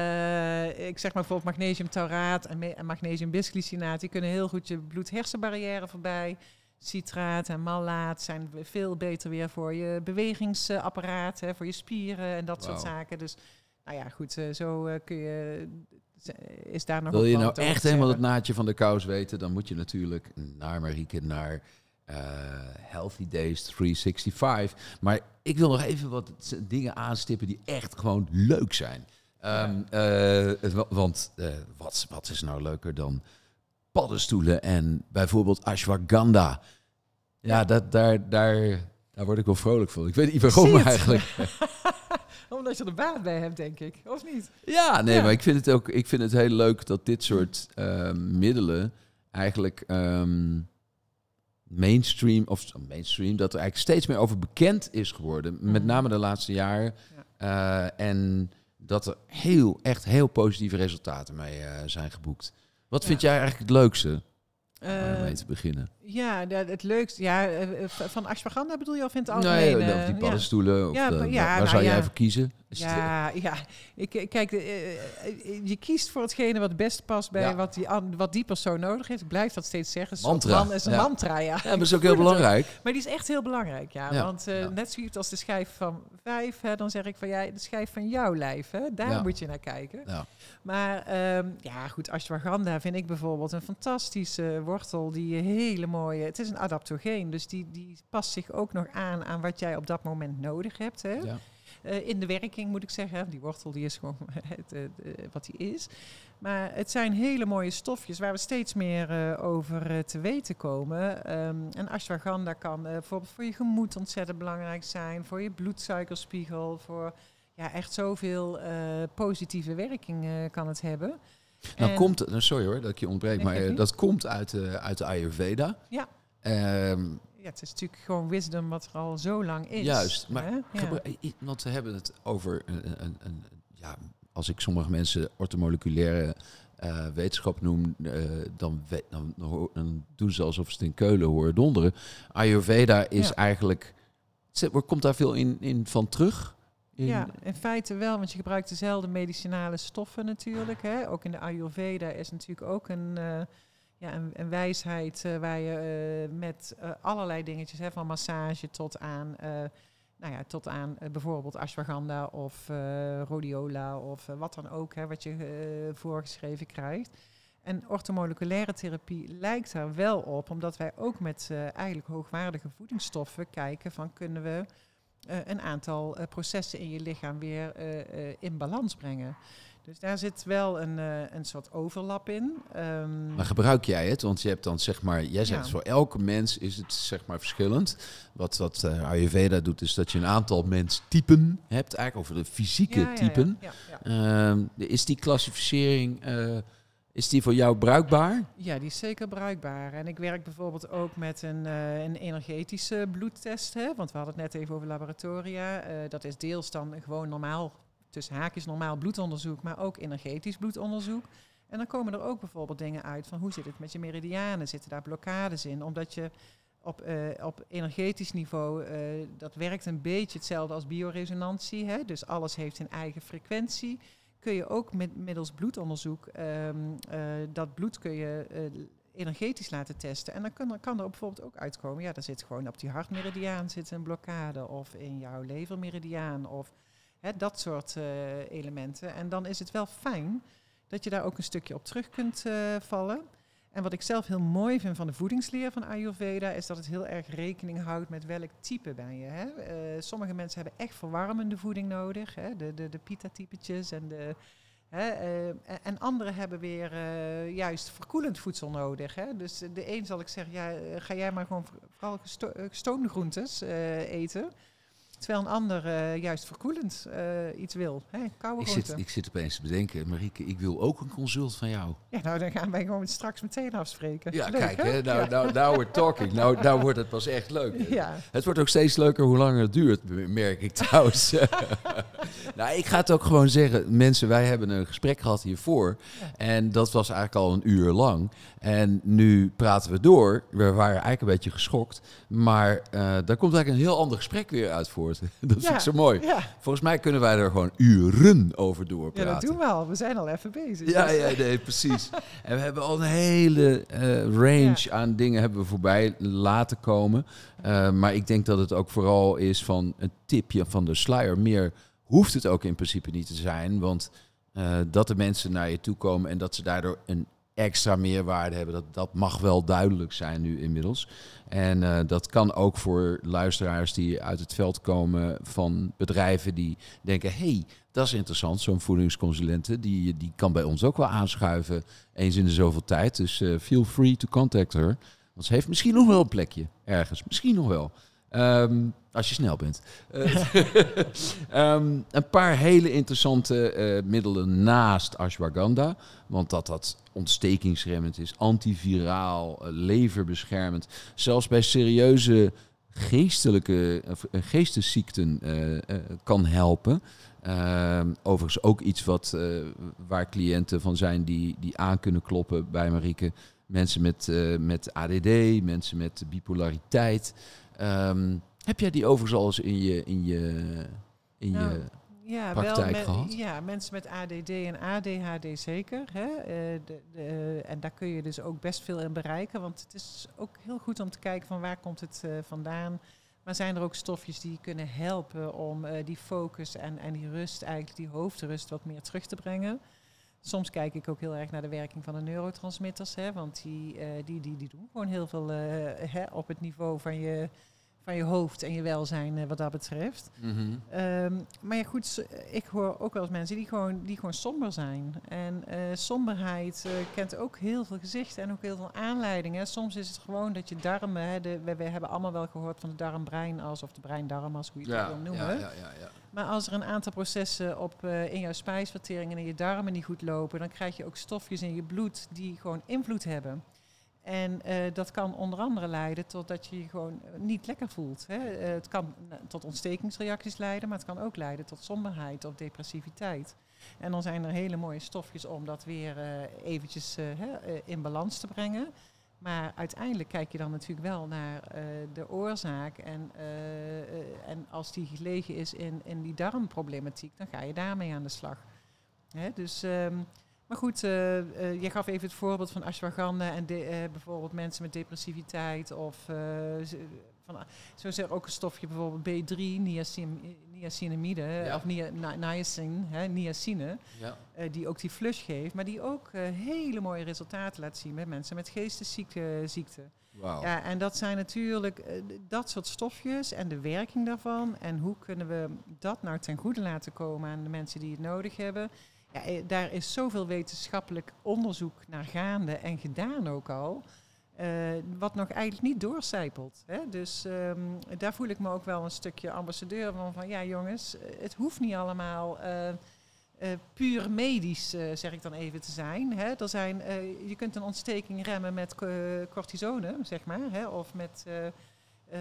uh, ik zeg maar bijvoorbeeld magnesium tauraat en, me- en magnesium bisglycinaat. Die kunnen heel goed je bloed-hersenbarrière voorbij. Citraat en malaat zijn veel beter weer voor je bewegingsapparaat. Hè, voor je spieren en dat wow. soort zaken. Dus nou ja, goed, uh, zo uh, kun je is daar nog Wil ook je wel nou wat over echt te helemaal het zeggen. naadje van de kous weten, dan moet je natuurlijk naar Marieke, naar uh, Healthy Days driehonderdzesenzestig. Maar ik wil nog even wat dingen aanstippen die echt gewoon leuk zijn. Um, ja. uh, want uh, wat, wat is nou leuker dan paddenstoelen en bijvoorbeeld ashwagandha? Ja, ja. Dat, daar, daar, daar word ik wel vrolijk van. Ik weet niet waarom eigenlijk. Omdat je er baat bij hebt, denk ik. Of niet? Ja, nee, ja. maar ik vind het ook ik vind het heel leuk dat dit soort uh, middelen eigenlijk um, mainstream, of mainstream, dat er eigenlijk steeds meer over bekend is geworden. Mm. Met name de laatste jaren. Ja. Uh, en dat er heel, echt heel positieve resultaten mee uh, zijn geboekt. Wat ja. vind jij eigenlijk het leukste? Uh, om mee te beginnen. Ja, de, het leukste. Ja, van ashwagandha bedoel je of in het algemeen? Nee, of die paddenstoelen. Ja. Of ja, de, ja, waar nou, zou ja. jij voor kiezen? Is ja, het, ja. Ik, kijk, uh, je kiest voor hetgene wat het beste past bij ja. wat, die, wat die persoon nodig heeft. Ik blijf dat steeds zeggen. Mantra. Man is een ja. mantra, ja. Ja, maar dat is ook heel belangrijk. Maar die is echt heel belangrijk, ja. ja. Want uh, ja. net zoiets als de schijf van vijf, hè, dan zeg ik van ja, de schijf van jouw lijf, hè, daar ja. moet je naar kijken. Ja. Maar um, ja, goed, ashwagandha vind ik bijvoorbeeld een fantastische wortel die hele mooie. Het is een adaptogeen, dus die, die past zich ook nog aan aan wat jij op dat moment nodig hebt. Hè? Ja. Uh, in de werking moet ik zeggen. Die wortel die is gewoon het, uh, uh, wat die is. Maar het zijn hele mooie stofjes waar we steeds meer uh, over uh, te weten komen. Um, en ashwagandha kan uh, bijvoorbeeld voor je gemoed ontzettend belangrijk zijn. Voor je bloedsuikerspiegel. Voor ja, echt zoveel uh, positieve werking uh, kan het hebben. Nou en, komt, sorry hoor dat ik je ontbreek, nee, maar uh, dat komt uit, uh, uit de Ayurveda. Ja. Um, Ja, het is natuurlijk gewoon wisdom wat er al zo lang is. Juist, maar hè? gebru- ja. want we hebben het over, een, een, een, ja, als ik sommige mensen orthomoleculaire uh, wetenschap noem, uh, dan, we, dan, dan doen ze alsof ze het in Keulen horen donderen. Ayurveda is ja. eigenlijk, komt daar veel in, in van terug? In ja, in feite wel, want je gebruikt dezelfde medicinale stoffen natuurlijk. Hè? Ook in de Ayurveda is natuurlijk ook een... Uh, Ja, een, een wijsheid uh, waar je uh, met uh, allerlei dingetjes, hè, van massage tot aan, uh, nou ja, tot aan uh, bijvoorbeeld ashwagandha of uh, rhodiola of uh, wat dan ook, hè, wat je uh, voorgeschreven krijgt. En orthomoleculaire therapie lijkt er wel op, omdat wij ook met uh, eigenlijk hoogwaardige voedingsstoffen kijken van kunnen we uh, een aantal uh, processen in je lichaam weer uh, uh, in balans brengen. Dus daar zit wel een, uh, een soort overlap in. Um, maar gebruik jij het? Want je hebt dan zeg maar, jij zegt ja. voor elke mens is het zeg maar verschillend. Wat, wat uh, Ayurveda doet is dat je een aantal menstypen hebt, eigenlijk over de fysieke ja, ja, typen. Ja, ja, ja. Um, is die klassificering, uh, is die voor jou bruikbaar? Ja, die is zeker bruikbaar. En ik werk bijvoorbeeld ook met een, uh, een energetische bloedtest. Hè? Want we hadden het net even over laboratoria. Uh, dat is deels dan gewoon normaal, tussen haakjes normaal bloedonderzoek, maar ook energetisch bloedonderzoek. En dan komen er ook bijvoorbeeld dingen uit van hoe zit het met je meridianen? Zitten daar blokkades in? Omdat je op, uh, op energetisch niveau, uh, dat werkt een beetje hetzelfde als bioresonantie. Hè? Dus alles heeft een eigen frequentie. Kun je ook met, middels bloedonderzoek, um, uh, dat bloed kun je uh, energetisch laten testen. En dan kan er, kan er bijvoorbeeld ook uitkomen, ja, daar zit gewoon op die hartmeridiaan zit een blokkade of in jouw levermeridiaan of hè, dat soort uh, elementen. En dan is het wel fijn dat je daar ook een stukje op terug kunt uh, vallen. En wat ik zelf heel mooi vind van de voedingsleer van Ayurveda is dat het heel erg rekening houdt met welk type ben je. Hè? Uh, sommige mensen hebben echt verwarmende voeding nodig, hè? De, de, de pita-typetjes en de... Hè, uh, en anderen hebben weer uh, juist verkoelend voedsel nodig. Hè? Dus de een zal ik zeggen, ja, ga jij maar gewoon vooral gesto- gestoomde groentes uh, eten. Terwijl een ander uh, juist verkoelend uh, iets wil. Hè? Koude ik, groenten. zit, ik zit opeens te bedenken, Marieke, ik wil ook een consult van jou. Ja, nou dan gaan wij gewoon straks meteen afspreken. Ja, leuk, kijk, hè? hè? Nou, Ja. nou, now we're talking. Nou, nou wordt het pas echt leuk. Ja. Het wordt ook steeds leuker hoe langer het duurt, merk ik trouwens. Nou, ik ga het ook gewoon zeggen. Mensen, wij hebben een gesprek gehad hiervoor. Ja. En dat was eigenlijk al een uur lang. En nu praten we door. We waren eigenlijk een beetje geschokt. Maar uh, daar komt eigenlijk een heel ander gesprek weer uit voort. Dat vind Ja. ik zo mooi. Ja. Volgens mij kunnen wij er gewoon uren over doorpraten. Ja, dat doen we al. We zijn al even bezig. Ja, Dus- ja, nee, precies. En we hebben al een hele uh, range Ja. aan dingen hebben we voorbij laten komen. Uh, maar ik denk dat het ook vooral is van een tipje van de sluier. Meer hoeft het ook in principe niet te zijn. Want Uh, dat de mensen naar je toe komen en dat ze daardoor een extra meerwaarde hebben. Dat, dat mag wel duidelijk zijn nu inmiddels. En uh, dat kan ook voor luisteraars die uit het veld komen van bedrijven die denken, hé, hey, dat is interessant, zo'n voedingsconsulente, die, die kan bij ons ook wel aanschuiven eens in de zoveel tijd. Dus uh, feel free to contact her. Want ze heeft misschien nog wel een plekje ergens. Misschien nog wel. Um, als je snel bent. Uh, um, een paar hele interessante uh, middelen naast ashwagandha. Want dat dat ontstekingsremmend is, antiviraal, uh, leverbeschermend. Zelfs bij serieuze geestelijke uh, geestesziekten uh, uh, kan helpen. Uh, overigens ook iets wat, uh, waar cliënten van zijn die, die aan kunnen kloppen bij Marieke. Mensen met, uh, met A D D, mensen met bipolariteit. Um, heb jij die overigens al eens in je, in je, in nou, je ja, praktijk wel gehad? Met, ja, mensen met A D D en A D H D zeker. Hè? Uh, de, de, en daar kun je dus ook best veel in bereiken. Want het is ook heel goed om te kijken van waar komt het uh, vandaan. Maar zijn er ook stofjes die kunnen helpen om uh, die focus en, en die rust, eigenlijk die hoofdrust wat meer terug te brengen. Soms kijk ik ook heel erg naar de werking van de neurotransmitters. Hè, want die, uh, die, die, die doen gewoon heel veel uh, hè, op het niveau van je, van je hoofd en je welzijn uh, wat dat betreft. Mm-hmm. Um, maar ja goed, ik hoor ook wel eens mensen die gewoon, die gewoon somber zijn. En uh, somberheid uh, kent ook heel veel gezichten en ook heel veel aanleidingen. Soms is het gewoon dat je darmen, hè, de, we, we hebben allemaal wel gehoord van de darm-breinas of de brein-darmas, hoe je het ja, wil noemen. Ja, ja, ja, ja. Maar als er een aantal processen op, uh, in jouw spijsvertering en in je darmen niet goed lopen, dan krijg je ook stofjes in je bloed die gewoon invloed hebben. En uh, dat kan onder andere leiden tot dat je je gewoon niet lekker voelt. Hè. Uh, het kan uh, tot ontstekingsreacties leiden, maar het kan ook leiden tot somberheid of depressiviteit. En dan zijn er hele mooie stofjes om dat weer uh, eventjes uh, uh, in balans te brengen. Maar uiteindelijk kijk je dan natuurlijk wel naar uh, de oorzaak. En, uh, uh, en als die gelegen is in, in die darmproblematiek, dan ga je daarmee aan de slag. Hè, dus... Um, Maar goed, uh, uh, je gaf even het voorbeeld van ashwagandha en de, uh, bijvoorbeeld mensen met depressiviteit of uh, van, zo is er ook een stofje bijvoorbeeld B drie, niacin, niacinamide ja. of nia, na, niacin, hè, niacine, ja. uh, die ook die flush geeft, maar die ook uh, hele mooie resultaten laat zien met mensen met geestesziekten. Wow. Ja, en dat zijn natuurlijk uh, dat soort stofjes en de werking daarvan en hoe kunnen we dat nou ten goede laten komen aan de mensen die het nodig hebben. Ja, daar is zoveel wetenschappelijk onderzoek naar gaande en gedaan ook al, uh, wat nog eigenlijk niet doorcijpelt. Hè? Dus um, daar voel ik me ook wel een stukje ambassadeur van, van ja jongens, het hoeft niet allemaal uh, uh, puur medisch, uh, zeg ik dan even, te zijn. Hè? Er zijn uh, je kunt een ontsteking remmen met uh, cortisone, zeg maar, hè? Of met... Uh, Uh,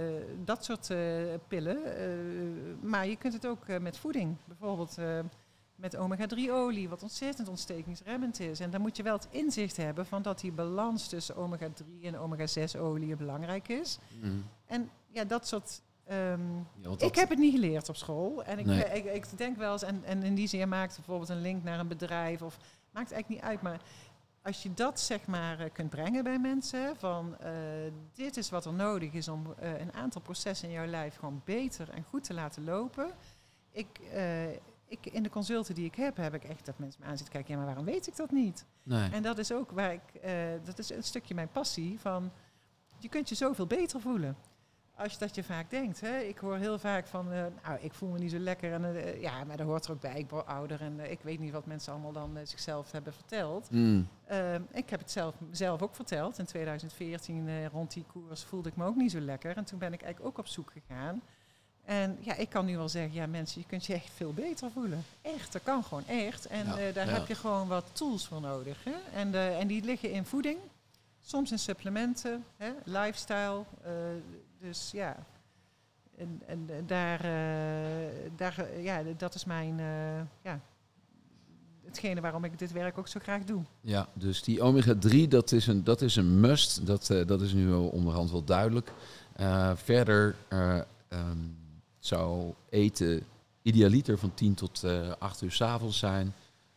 dat soort uh, pillen. Uh, maar je kunt het ook uh, met voeding. Bijvoorbeeld uh, met omega drie olie, wat ontzettend ontstekingsremmend is. En dan moet je wel het inzicht hebben van dat die balans tussen omega drie en omega zes olie belangrijk is. Mm. En ja, dat soort... Um, ja, dat ik heb het niet geleerd op school. En ik, nee. ik, ik, ik denk wel eens, en, en in die zin maakt bijvoorbeeld een link naar een bedrijf, of maakt eigenlijk niet uit, maar als je dat zeg maar uh, kunt brengen bij mensen, van uh, dit is wat er nodig is om uh, een aantal processen in jouw lijf gewoon beter en goed te laten lopen. Ik, uh, ik, in de consulten die ik heb, heb ik echt dat mensen me aan zitten kijken, ja, maar waarom weet ik dat niet? Nee. En dat is ook waar ik, uh, dat is een stukje mijn passie van, je kunt je zoveel beter voelen. Als je dat je vaak denkt. Hè? Ik hoor heel vaak van, uh, nou, ik voel me niet zo lekker. En, uh, ja, maar dat hoort er ook bij. Ik word ouder en uh, ik weet niet wat mensen allemaal dan uh, zichzelf hebben verteld. Mm. Uh, ik heb het zelf, zelf ook verteld. In twintig veertien, uh, rond die koers, voelde ik me ook niet zo lekker. En toen ben ik eigenlijk ook op zoek gegaan. En ja, ik kan nu wel zeggen, ja mensen, je kunt je echt veel beter voelen. Echt, dat kan gewoon echt. En ja, uh, daar ja. heb je gewoon wat tools voor nodig. Hè? En, uh, en die liggen in voeding. Soms in supplementen, hè? Lifestyle. Uh, dus ja, en, en daar, uh, daar, uh, ja, dat is mijn, uh, ja, hetgene waarom ik dit werk ook zo graag doe. Ja, dus die omega drie, dat is een, dat is een must. Dat, uh, dat is nu wel onderhand wel duidelijk. Uh, verder uh, um, zou eten idealiter van tien tot acht uur 's avonds zijn.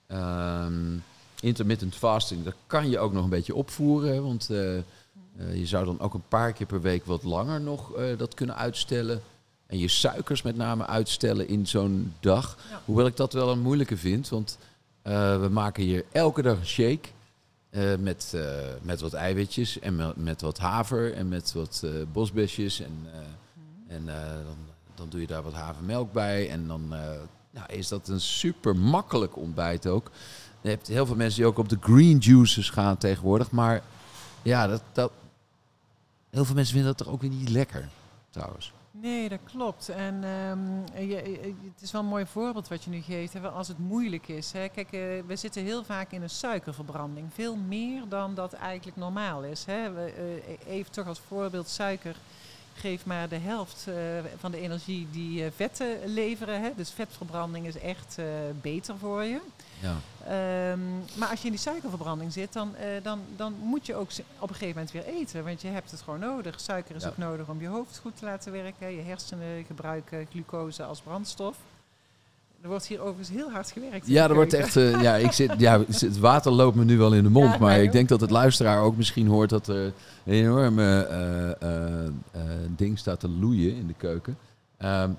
Um, intermittent fasting, dat kan je ook nog een beetje opvoeren, want uh, uh, je zou dan ook een paar keer per week wat langer nog uh, dat kunnen uitstellen. En je suikers met name uitstellen in zo'n dag. Ja. Hoewel ik dat wel een moeilijke vind, want Uh, we maken hier elke dag een shake. Uh, met, uh, met wat eiwitjes en met, met wat haver en met wat uh, bosbesjes. En, uh, mm. en uh, dan, dan doe je daar wat havermelk bij. En dan uh, nou, is dat een super makkelijk ontbijt ook. Je hebt heel veel mensen die ook op de green juices gaan tegenwoordig. Maar ja, dat, dat, heel veel mensen vinden dat toch ook weer niet lekker, trouwens. Nee, dat klopt. En um, je, je, het is wel een mooi voorbeeld wat je nu geeft. Hè, als het moeilijk is. Hè. Kijk, uh, we zitten heel vaak in een suikerverbranding. Veel meer dan dat eigenlijk normaal is. Hè. We, uh, even toch als voorbeeld suiker. Geeft maar de helft uh, van de energie die uh, vetten leveren. Hè. Dus vetverbranding is echt uh, beter voor je. Ja. Um, maar als je in die suikerverbranding zit, dan, uh, dan, dan moet je ook op een gegeven moment weer eten. Want je hebt het gewoon nodig. Suiker is ja. ook nodig om je hoofd goed te laten werken. Je hersenen gebruiken glucose als brandstof. Er wordt hier overigens heel hard gewerkt. Ja, er wordt echt. Uh, ja, ik zit, ja, het water loopt me nu wel in de mond. Ja, maar ik ook. denk dat het luisteraar ook misschien hoort dat er een enorme uh, uh, uh, ding staat te loeien in de keuken. Um,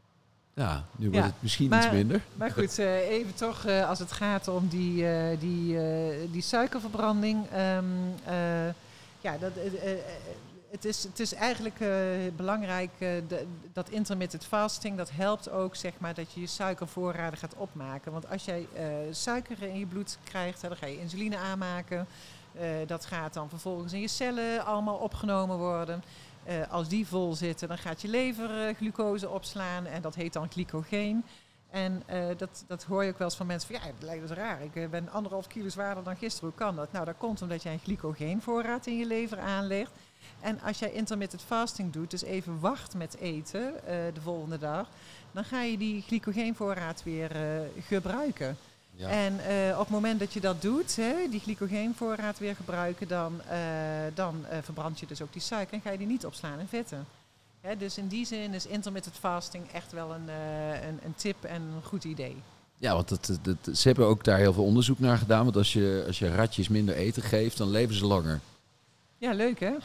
Ja, nu wordt ja, het misschien maar, iets minder. Maar goed, uh, even toch uh, als het gaat om die, uh, die, uh, die suikerverbranding. Um, uh, ja, dat, uh, uh, het, is, het is eigenlijk uh, belangrijk, uh, de, dat intermittent fasting, dat helpt ook zeg maar, dat je je suikervoorraden gaat opmaken. Want als jij uh, suiker in je bloed krijgt, hè, dan ga je insuline aanmaken. Uh, dat gaat dan vervolgens in je cellen allemaal opgenomen worden. Uh, als die vol zitten, dan gaat je lever uh, glucose opslaan en dat heet dan glycogeen. En uh, dat, dat hoor je ook wel eens van mensen van ja, het lijkt dus raar. Ik uh, ben anderhalf kilo zwaarder dan gisteren, hoe kan dat? Nou, dat komt omdat jij een glycogeenvoorraad in je lever aanlegt. En als jij intermittent fasting doet, dus even wacht met eten uh, de volgende dag, dan ga je die glycogeenvoorraad weer uh, gebruiken. Ja. En uh, op het moment dat je dat doet, hè, die glycogeenvoorraad weer gebruiken, dan, uh, dan uh, verbrand je dus ook die suiker en ga je die niet opslaan in vetten. Hè, dus in die zin is intermittent fasting echt wel een, uh, een, een tip en een goed idee. Ja, want het, het, het, ze hebben ook daar heel veel onderzoek naar gedaan. Want als je, als je ratjes minder eten geeft, dan leven ze langer. Ja, leuk hè?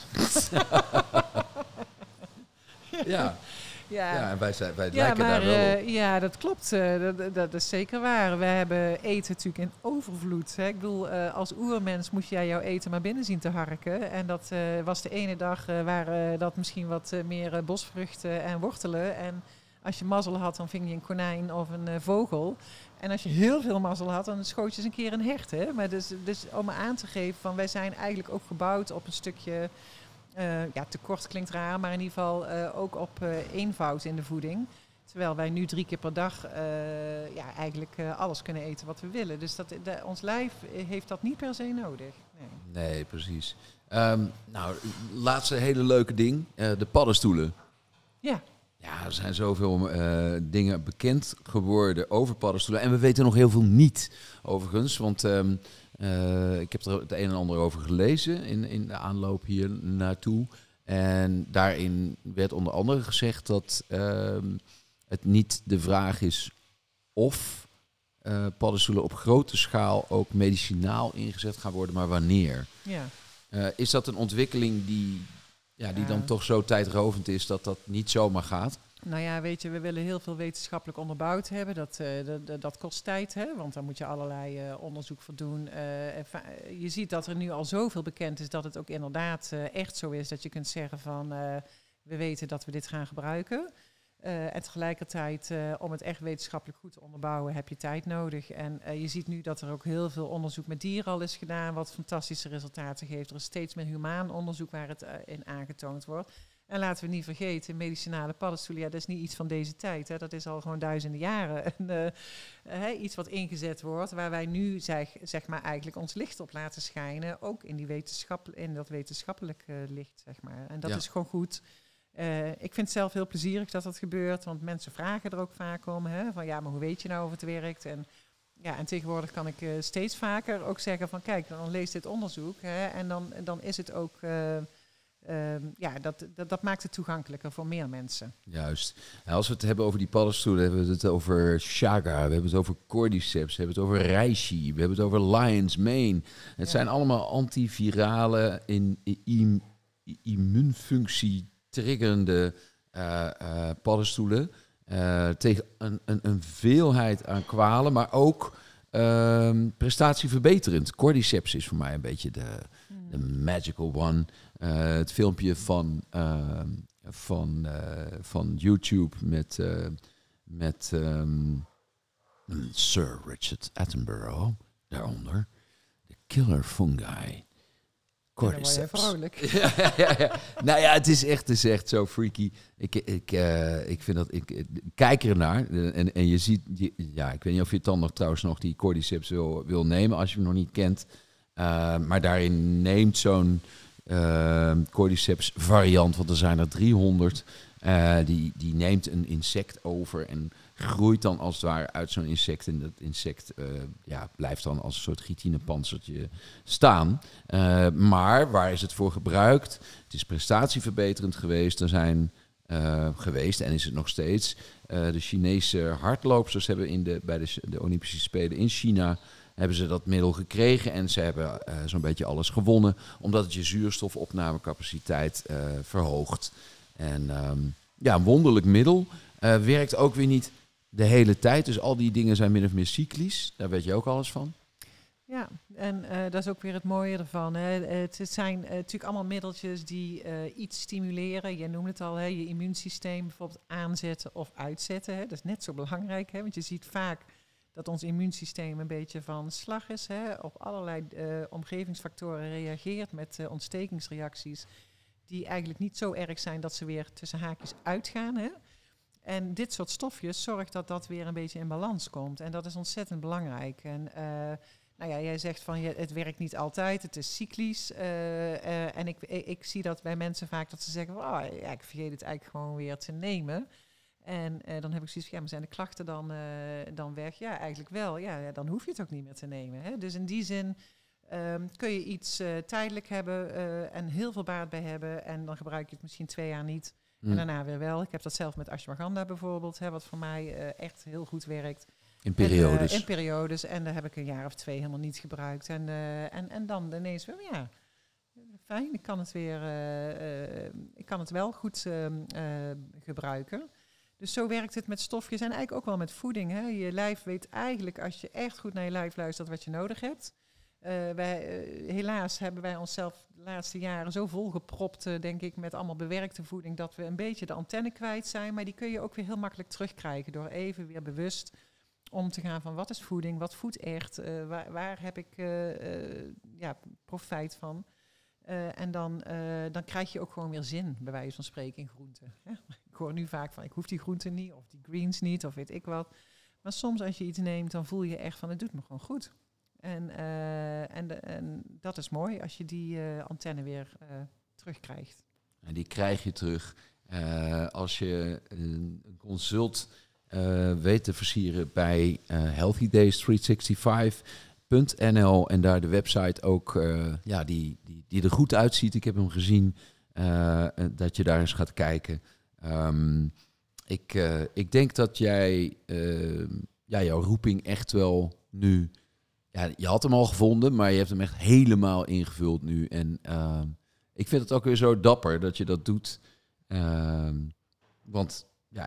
Ja. Ja, ja, en wij, zijn, wij ja, lijken maar, daar wel op. Uh, ja, dat klopt. Uh, dat, dat is zeker waar. We hebben eten natuurlijk in overvloed. Hè. Ik bedoel, uh, als oermens moest jij jouw eten maar binnen zien te harken. En dat uh, was de ene dag uh, waren dat misschien wat uh, meer uh, bosvruchten en wortelen. En als je mazzel had, dan ving je een konijn of een uh, vogel. En als je heel veel mazzel had, dan schoot je eens een keer een hert. Hè. Maar dus, dus om aan te geven, van wij zijn eigenlijk ook gebouwd op een stukje... Uh, ja, tekort klinkt raar, maar in ieder geval uh, ook op uh, eenvoud in de voeding. Terwijl wij nu drie keer per dag uh, ja, eigenlijk uh, alles kunnen eten wat we willen. Dus dat, de, ons lijf heeft dat niet per se nodig. Nee, nee precies. Um, nou, laatste hele leuke ding, uh, de paddenstoelen. Ja. Ja, er zijn zoveel uh, dingen bekend geworden over paddenstoelen. En we weten nog heel veel niet, overigens. Want um, uh, ik heb er het een en ander over gelezen in, in de aanloop hier naartoe. En daarin werd onder andere gezegd dat uh, het niet de vraag is of uh, paddenstoelen op grote schaal ook medicinaal ingezet gaan worden, maar wanneer. Ja. Uh, is dat een ontwikkeling die... Ja, die dan toch zo tijdrovend is dat dat niet zomaar gaat? Nou ja, weet je, we willen heel veel wetenschappelijk onderbouwd hebben. Dat, uh, dat, dat, dat kost tijd, hè? Want daar moet je allerlei uh, onderzoek voor doen. Uh, je ziet dat er nu al zoveel bekend is dat het ook inderdaad uh, echt zo is dat je kunt zeggen van uh, we weten dat we dit gaan gebruiken. Uh, en tegelijkertijd, uh, om het echt wetenschappelijk goed te onderbouwen, heb je tijd nodig. En uh, je ziet nu dat er ook heel veel onderzoek met dieren al is gedaan, wat fantastische resultaten geeft. Er is steeds meer humaan onderzoek waar het uh, in aangetoond wordt. En laten we niet vergeten, medicinale paddenstoelen, ja, dat is niet iets van deze tijd. Hè. Dat is al gewoon duizenden jaren. En, uh, uh, iets wat ingezet wordt, waar wij nu zeg, zeg maar eigenlijk ons licht op laten schijnen. Ook in, die wetenschap, in dat wetenschappelijke licht, zeg maar. En dat ja. is gewoon goed. Uh, ik vind het zelf heel plezierig dat dat gebeurt, want mensen vragen er ook vaak om. Hè, van ja, maar hoe weet je nou of het werkt? En, ja, en tegenwoordig kan ik uh, steeds vaker ook zeggen van kijk, dan lees dit onderzoek. Hè, en dan, dan is het ook... Uh, Uh, ja, dat, dat, dat maakt het toegankelijker voor meer mensen. Juist. Nou, als we het hebben over die paddenstoelen, hebben we het over chaga, we hebben het over cordyceps, we hebben het over reishi, we hebben het over lion's mane. Het ja. zijn allemaal antivirale, in, in, in, immuunfunctie triggerende uh, uh, paddenstoelen. Uh, tegen een, een, een veelheid aan kwalen, maar ook Um, prestatieverbeterend. Cordyceps is voor mij een beetje de, Hmm. de magical one. Uh, het filmpje van, uh, van, uh, van YouTube met, uh, met um, Sir Richard Attenborough daaronder. De killer fungi. Cordyceps. Ja, vrolijk. ja, ja, ja, ja. Nou ja, het is echt, het is echt zo freaky. Ik, ik, uh, ik vind dat, ik, ik kijk ernaar en, en je ziet, je, ja, ik weet niet of je het dan nog trouwens nog die Cordyceps wil, wil nemen als je hem nog niet kent. Uh, maar daarin neemt zo'n uh, Cordyceps variant, want er zijn er driehonderd, uh, die, die neemt een insect over en groeit dan als het ware uit zo'n insect. En dat insect uh, ja, blijft dan als een soort chitinepanzertje staan. Uh, maar waar is het voor gebruikt? Het is prestatieverbeterend geweest. Er zijn uh, geweest, en is het nog steeds, uh, de Chinese hardloopsters hebben in de, bij de, de Olympische Spelen in China hebben ze dat middel gekregen en ze hebben uh, zo'n beetje alles gewonnen, omdat het je zuurstofopnamecapaciteit uh, verhoogt. En um, ja, een wonderlijk middel. Uh, werkt ook weer niet de hele tijd. Dus al die dingen zijn min of meer cyclisch. Daar weet je ook alles van. Ja, en uh, dat is ook weer het mooie ervan. Hè. Het zijn uh, natuurlijk allemaal middeltjes die uh, iets stimuleren. Je noemde het al, hè, je immuunsysteem bijvoorbeeld aanzetten of uitzetten. Hè. Dat is net zo belangrijk, hè, want je ziet vaak dat ons immuunsysteem een beetje van slag is. Hè, op allerlei uh, omgevingsfactoren reageert met uh, ontstekingsreacties die eigenlijk niet zo erg zijn dat ze weer tussen haakjes uitgaan. Hè. En dit soort stofjes zorgt dat dat weer een beetje in balans komt. En dat is ontzettend belangrijk. En uh, nou ja, jij zegt van je, het werkt niet altijd, het is cyclisch. Uh, uh, en ik, ik, ik zie dat bij mensen vaak dat ze zeggen, oh, ja, ik vergeet het eigenlijk gewoon weer te nemen. En uh, dan heb ik zoiets van, ja, maar zijn de klachten dan, uh, dan weg? Ja, eigenlijk wel. Ja, dan hoef je het ook niet meer te nemen. Hè? Dus in die zin um, kun je iets uh, tijdelijk hebben uh, en heel veel baat bij hebben. En dan gebruik je het misschien twee jaar niet. Mm. En daarna weer wel. Ik heb dat zelf met ashwagandha bijvoorbeeld, hè, wat voor mij uh, echt heel goed werkt. In periodes. En, uh, in periodes. En daar heb ik een jaar of twee helemaal niet gebruikt. En, uh, en, en dan ineens weer, ja, fijn. Ik kan het weer, uh, uh, ik kan het wel goed uh, uh, gebruiken. Dus zo werkt het met stofjes en eigenlijk ook wel met voeding. Hè. Je lijf weet eigenlijk, als je echt goed naar je lijf luistert, wat je nodig hebt. Uh, wij, uh, helaas hebben wij onszelf de laatste jaren zo volgepropt, uh, denk ik, met allemaal bewerkte voeding, dat we een beetje de antenne kwijt zijn. Maar die kun je ook weer heel makkelijk terugkrijgen door even weer bewust om te gaan van wat is voeding, wat voedt echt, uh, waar, waar heb ik uh, uh, ja, profijt van. Uh, en dan, uh, dan krijg je ook gewoon weer zin, bij wijze van spreken, in groenten. Ja? Ik hoor nu vaak van, ik hoef die groenten niet, of die greens niet, of weet ik wat. Maar soms als je iets neemt, dan voel je echt van, het doet me gewoon goed. En, uh, en, de, en dat is mooi, als je die uh, antenne weer uh, terugkrijgt. En die krijg je terug uh, als je een consult uh, weet te versieren bij uh, Healthy Days driehonderdzesenzestig punt n l en daar de website ook, uh, ja, die, die, die er goed uitziet. Ik heb hem gezien, uh, dat je daar eens gaat kijken. Um, ik, uh, ik denk dat jij, uh, ja, jouw roeping echt wel nu, ja, je had hem al gevonden, maar je hebt hem echt helemaal ingevuld nu. En uh, ik vind het ook weer zo dapper dat je dat doet. Uh, want ja,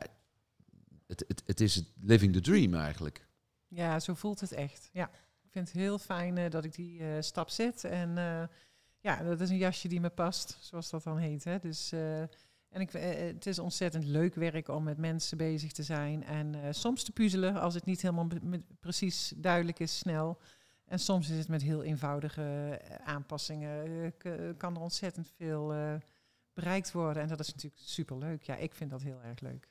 het, het, het is het living the dream eigenlijk. Ja, zo voelt het echt, ja. Ik vind het heel fijn uh, dat ik die uh, stap zet. En uh, ja, dat is een jasje die me past, zoals dat dan heet. Hè. Dus, uh, en ik, uh, het is ontzettend leuk werk om met mensen bezig te zijn. En uh, soms te puzzelen als het niet helemaal be- me- precies duidelijk is, snel. En soms is het met heel eenvoudige uh, aanpassingen. Uh, k- kan er ontzettend veel uh, bereikt worden. En dat is natuurlijk superleuk. Ja, ik vind dat heel erg leuk.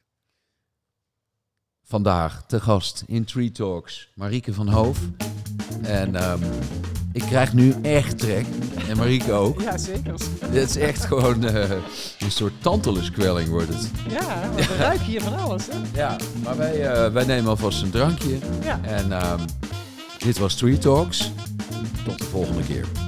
Vandaag te gast in Tree Talks Marieke van Hoof. En um, ik krijg nu echt trek. En Marieke ook. Ja, zeker. Dit is echt gewoon uh, een soort tanteluskwelling wordt het. Ja, we ruiken hier van alles. Hè? Ja, maar wij, uh, wij nemen alvast een drankje. Ja. En um, dit was Tree Talks. Tot de volgende keer.